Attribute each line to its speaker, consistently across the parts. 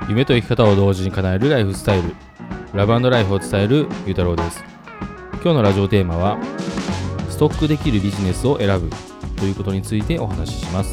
Speaker 1: 夢と生き方を同時に叶えるライフスタイル、ラブ&ライフを伝えるゆうたろうです。今日のラジオテーマはストックできるビジネスを選ぶということについてお話しします。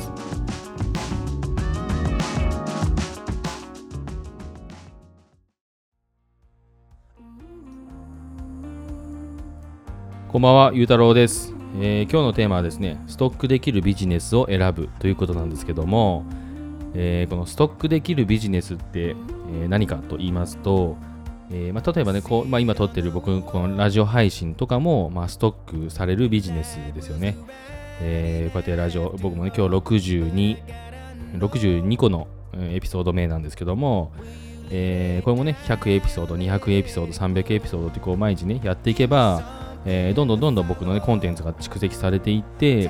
Speaker 1: こんばんは、ゆうたろうです。今日のテーマはですね、ストックできるビジネスを選ぶということなんですけども、このストックできるビジネスって、何かと言いますと、例えばね、今撮ってる僕このラジオ配信とかも、ストックされるビジネスですよね。こうやってラジオ、僕もね今日62個のエピソード目なんですけども、これもね100エピソード、200エピソード、300エピソードって毎日ねやっていけば、どんどん僕のねコンテンツが蓄積されていって、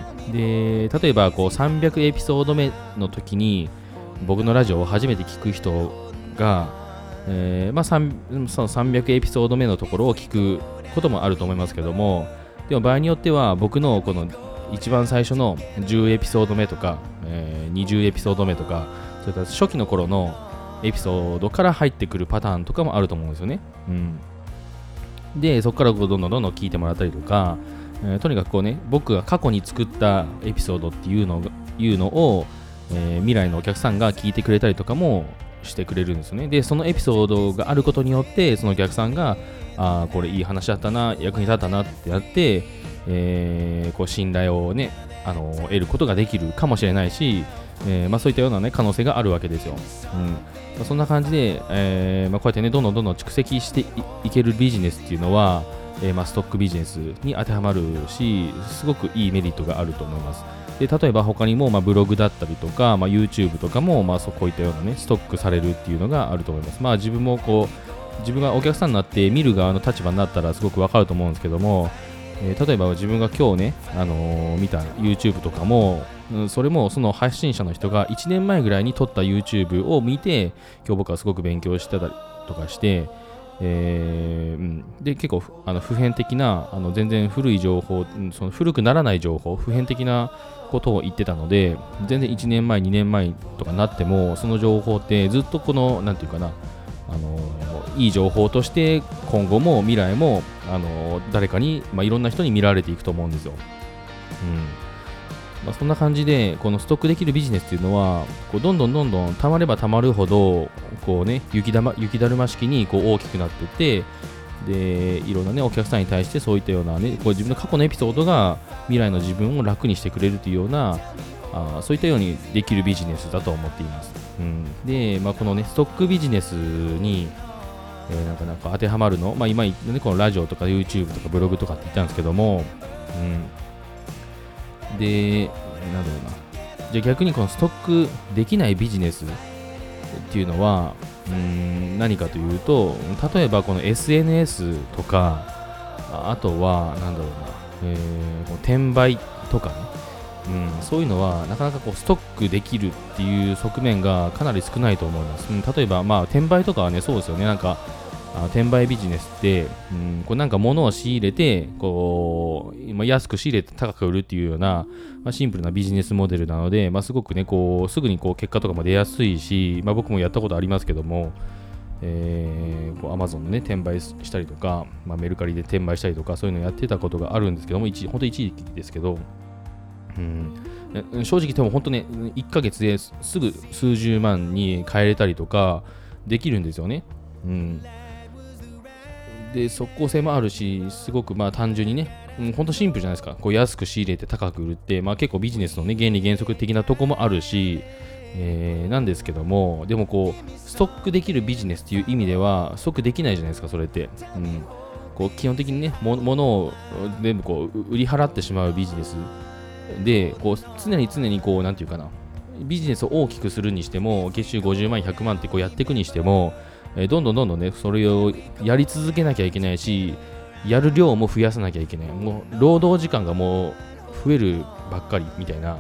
Speaker 1: で例えば300エピソード目の時に僕のラジオを初めて聞く人が、その300エピソード目のところを聞くこともあると思いますけども、でも場合によっては僕のこの一番最初の10エピソード目とか、20エピソード目とか、それから初期の頃のエピソードから入ってくるパターンとかもあると思うんですよね。でそこからどんどん聞いてもらったりとか、とにかく僕が過去に作ったエピソードっていうのを未来のお客さんが聞いてくれたりとかもしてくれるんですよね。でそのエピソードがあることによってそのお客さんがこれいい話だったな、役に立ったなってやって、信頼をね得ることができるかもしれないし、そういったようなね可能性があるわけですよ。そんな感じで、こうやってねどんどん蓄積していけるビジネスっていうのは、ストックビジネスに当てはまるし、すごくいいメリットがあると思います。で例えば他にも、ブログだったりとか、YouTube とかも、こういったようなねストックされるっていうのがあると思います。自分も自分がお客さんになって見る側の立場になったらすごくわかると思うんですけども、例えば自分が今日ね、見た YouTube とかも、それもその発信者の人が1年前ぐらいに撮った YouTube を見て、今日僕はすごく勉強してたりとかして、で結構普遍的な全然古い情報、その古くならない情報、普遍的なことを言ってたので、全然1年前2年前とかなってもその情報ってずっとなんていうかな、いい情報として今後も未来も誰かに、いろんな人に見られていくと思うんですよ。そんな感じでこのストックできるビジネスっていうのはどんどん溜まれば溜まるほど雪だるま式に大きくなっていって、でいろんなねお客さんに対してそういったようなね自分の過去のエピソードが未来の自分を楽にしてくれるというようなそういったようにできるビジネスだと思っています。で、このねストックビジネスに、なんか当てはまるの、今言ってねこのラジオとか YouTube とかブログとかって言ったんですけども、でなんだろうな、じゃあ逆にこのストックできないビジネスっていうのは何かというと、例えばこの SNS とか、あとはなんだろうな、転売とかね、そういうのはなかなかストックできるっていう側面がかなり少ないと思います。例えば転売とかはねそうですよね。なんか転売ビジネスって、なんか物を仕入れて安く仕入れて高く売るっていうような、シンプルなビジネスモデルなので、すごくねすぐに結果とかも出やすいし、僕もやったことありますけども、Amazon でね転売したりとか、メルカリで転売したりとか、そういうのやってたことがあるんですけども、本当一時期ですけど、正直でも本当ね1ヶ月ですぐ数十万に変えれたりとかできるんですよね。で即効性もあるし、すごく単純にね、ほんとシンプルじゃないですか。安く仕入れて高く売るって、結構ビジネスのね原理原則的なとこもあるし、なんですけども、でもストックできるビジネスっていう意味ではストックできないじゃないですか、それって。基本的にね物を全部売り払ってしまうビジネスで、常になんていうかな、ビジネスを大きくするにしても、月収50万100万ってやっていくにしても、どんどんねそれをやり続けなきゃいけないし、やる量も増やさなきゃいけない。もう労働時間がもう増えるばっかりみたいな、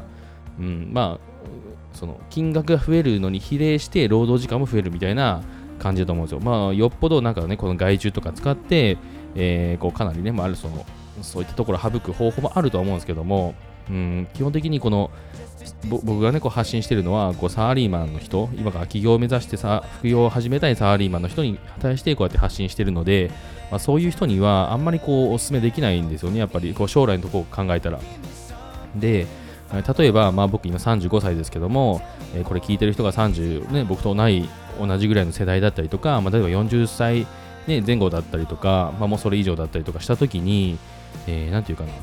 Speaker 1: その金額が増えるのに比例して労働時間も増えるみたいな感じだと思うんですよ。よっぽどなんかねこの外注とか使って、かなりね、そういったところを省く方法もあるとは思うんですけども、 基本的にこの僕がねこう発信してるのはこうサラリーマンの人、今から起業を目指して副業を始めたいサラリーマンの人に対してこうやって発信してるので、そういう人にはあんまりこうお勧めできないんですよね。やっぱりこう将来のところを考えたら。で例えば、僕今35歳ですけども、これ聞いてる人が30、ね、僕と同じぐらいの世代だったりとか、例えば40歳、ね、前後だったりとか、もうそれ以上だったりとかしたときに、なんていうかな、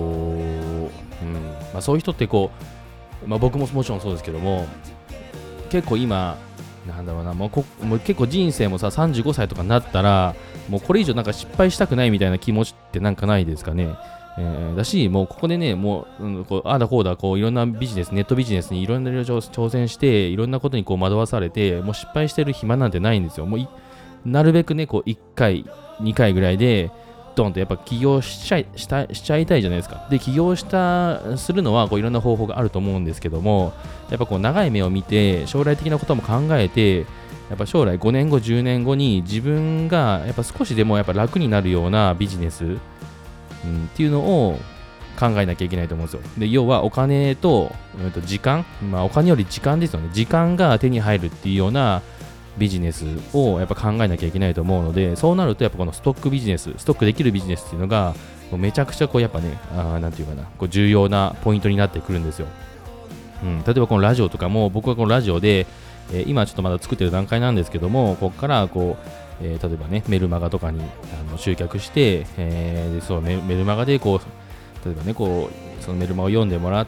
Speaker 1: そういう人ってこう、僕ももちろんそうですけども、結構今、なんだろうな、もう結構人生もさ、35歳とかになったら、もうこれ以上なんか失敗したくないみたいな気持ちってなんかないですかね。だし、もうここでね、もう、こうああだこうだ、こういろんなビジネス、ネットビジネスにいろんな挑戦して、いろんなことにこう惑わされて、もう失敗してる暇なんてないんですよ。もうなるべくね、こう1回、2回ぐらいで、ドンとやっぱ起業しちゃいたいじゃないですか。で、起業するのはこういろんな方法があると思うんですけども、やっぱこう長い目を見て、将来的なことも考えて、やっぱ将来5年後、10年後に自分がやっぱ少しでもやっぱ楽になるようなビジネス、っていうのを考えなきゃいけないと思うんですよ。で、要はお金と、時間、お金より時間ですよね。時間が手に入るっていうようなビジネスをやっぱ考えなきゃいけないと思うので、そうなるとやっぱこのストックビジネス、ストックできるビジネスっていうのがもうめちゃくちゃこうやっぱね、なんていうかな、こう重要なポイントになってくるんですよ。例えばこのラジオとかも、僕はこのラジオで、今ちょっとまだ作ってる段階なんですけども、ここからこう、例えばね、メルマガとかに集客して、でそうメルマガでこう、例えばね、こう、そのメルマガを読んでもらって、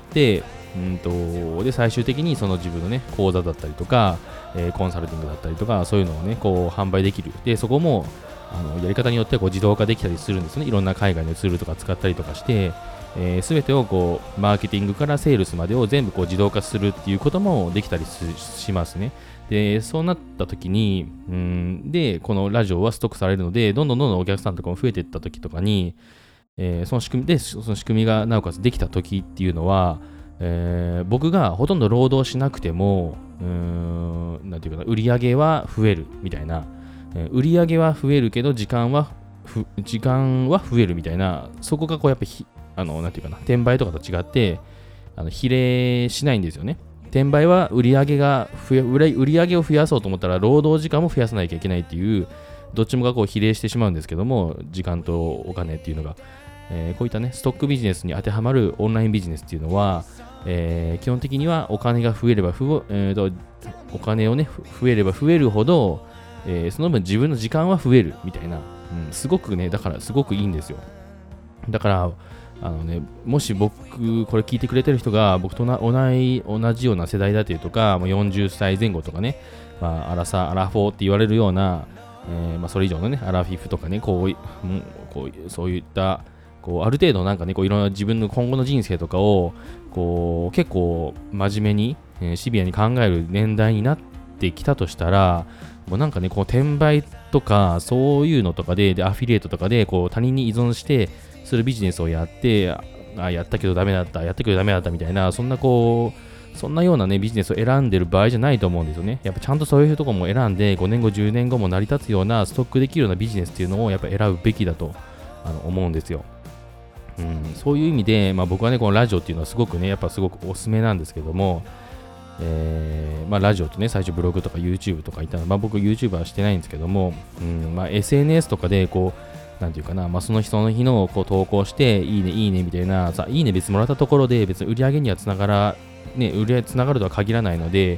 Speaker 1: で最終的にその自分のね講座だったりとか、コンサルティングだったりとか、そういうのをねこう販売できる。でそこもやり方によってはこう自動化できたりするんですね。いろんな海外のツールとか使ったりとかして、全てをこうマーケティングからセールスまでを全部こう自動化するっていうこともできたりしますね。でそうなった時にでこのラジオはストックされるので、どんどんお客さんとかも増えていった時とかに、その仕組みがなおかつできた時っていうのは、僕がほとんど労働しなくてもなんていうかな、売り上げは増えるみたいな、売り上げは増えるけど時間は増えるみたいな、そこがこうやっぱなんていうかな、転売とかと違って比例しないんですよね。転売は売り上げを増やそうと思ったら労働時間も増やさなきゃいけないっていう、どっちもがこう比例してしまうんですけども、時間とお金っていうのが、こういったねストックビジネスに当てはまるオンラインビジネスっていうのは、基本的にはお金が増えればお金をね増えれば増えるほど、その分自分の時間は増えるみたいな、すごくね、だからすごくいいんですよ。だからもしこれ聞いてくれてる人が僕と同じような世代だったりとか、40歳前後とかね、アラフォーって言われるような、それ以上のね、アラフィフとかね、そういったある程度なんかね、いろんな自分の今後の人生とかを結構真面目に、シビアに考える年代になってきたとしたら、もうなんかね、転売とかそういうのとかでアフィリエイトとかで他人に依存してするビジネスをやって、やったけどダメだったみたいな、そんなようなねビジネスを選んでる場合じゃないと思うんですよね。やっぱちゃんとそういうところも選んで、5年後10年後も成り立つようなストックできるようなビジネスっていうのをやっぱ選ぶべきだと思うんですよ。そういう意味で、僕はねこのラジオっていうのはすごくおすすめなんですけども、ラジオとね最初ブログとか YouTube とか言ったら、僕 YouTube はしてないんですけども、SNS とかでなんていうかな、その日の投稿していいねみたいな、いいね別にもらったところで別に売り上げにはつながるとは限らないので、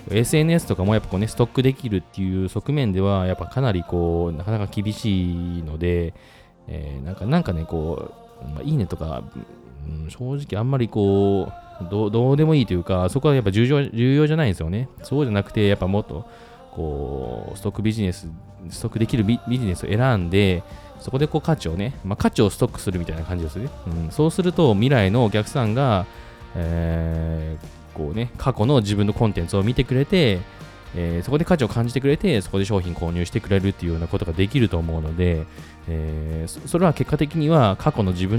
Speaker 1: SNS とかもやっぱストックできるっていう側面ではやっぱかなりなかなか厳しいので、なんかねいいねとか、正直あんまりどうでもいいというか、そこはやっぱ重要じゃないんですよね。そうじゃなくて、やっぱもっとストックできるビジネスを選んで、そこで価値をね、価値をストックするみたいな感じですね。そうすると未来のお客さんが、過去の自分のコンテンツを見てくれて、そこで価値を感じてくれて、そこで商品購入してくれるっていうようなことができると思うので、それは結果的には過去の自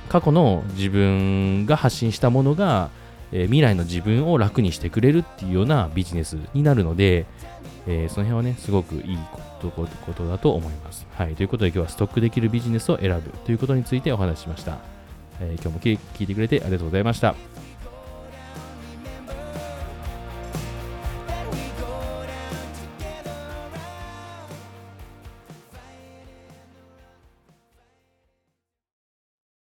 Speaker 1: 分が発信したものが、未来の自分を楽にしてくれるっていうようなビジネスになるので、その辺はねすごくいいことだと思います。はい、ということで今日はストックできるビジネスを選ぶということについてお話ししました。 今日も聞いてくれてありがとうございました。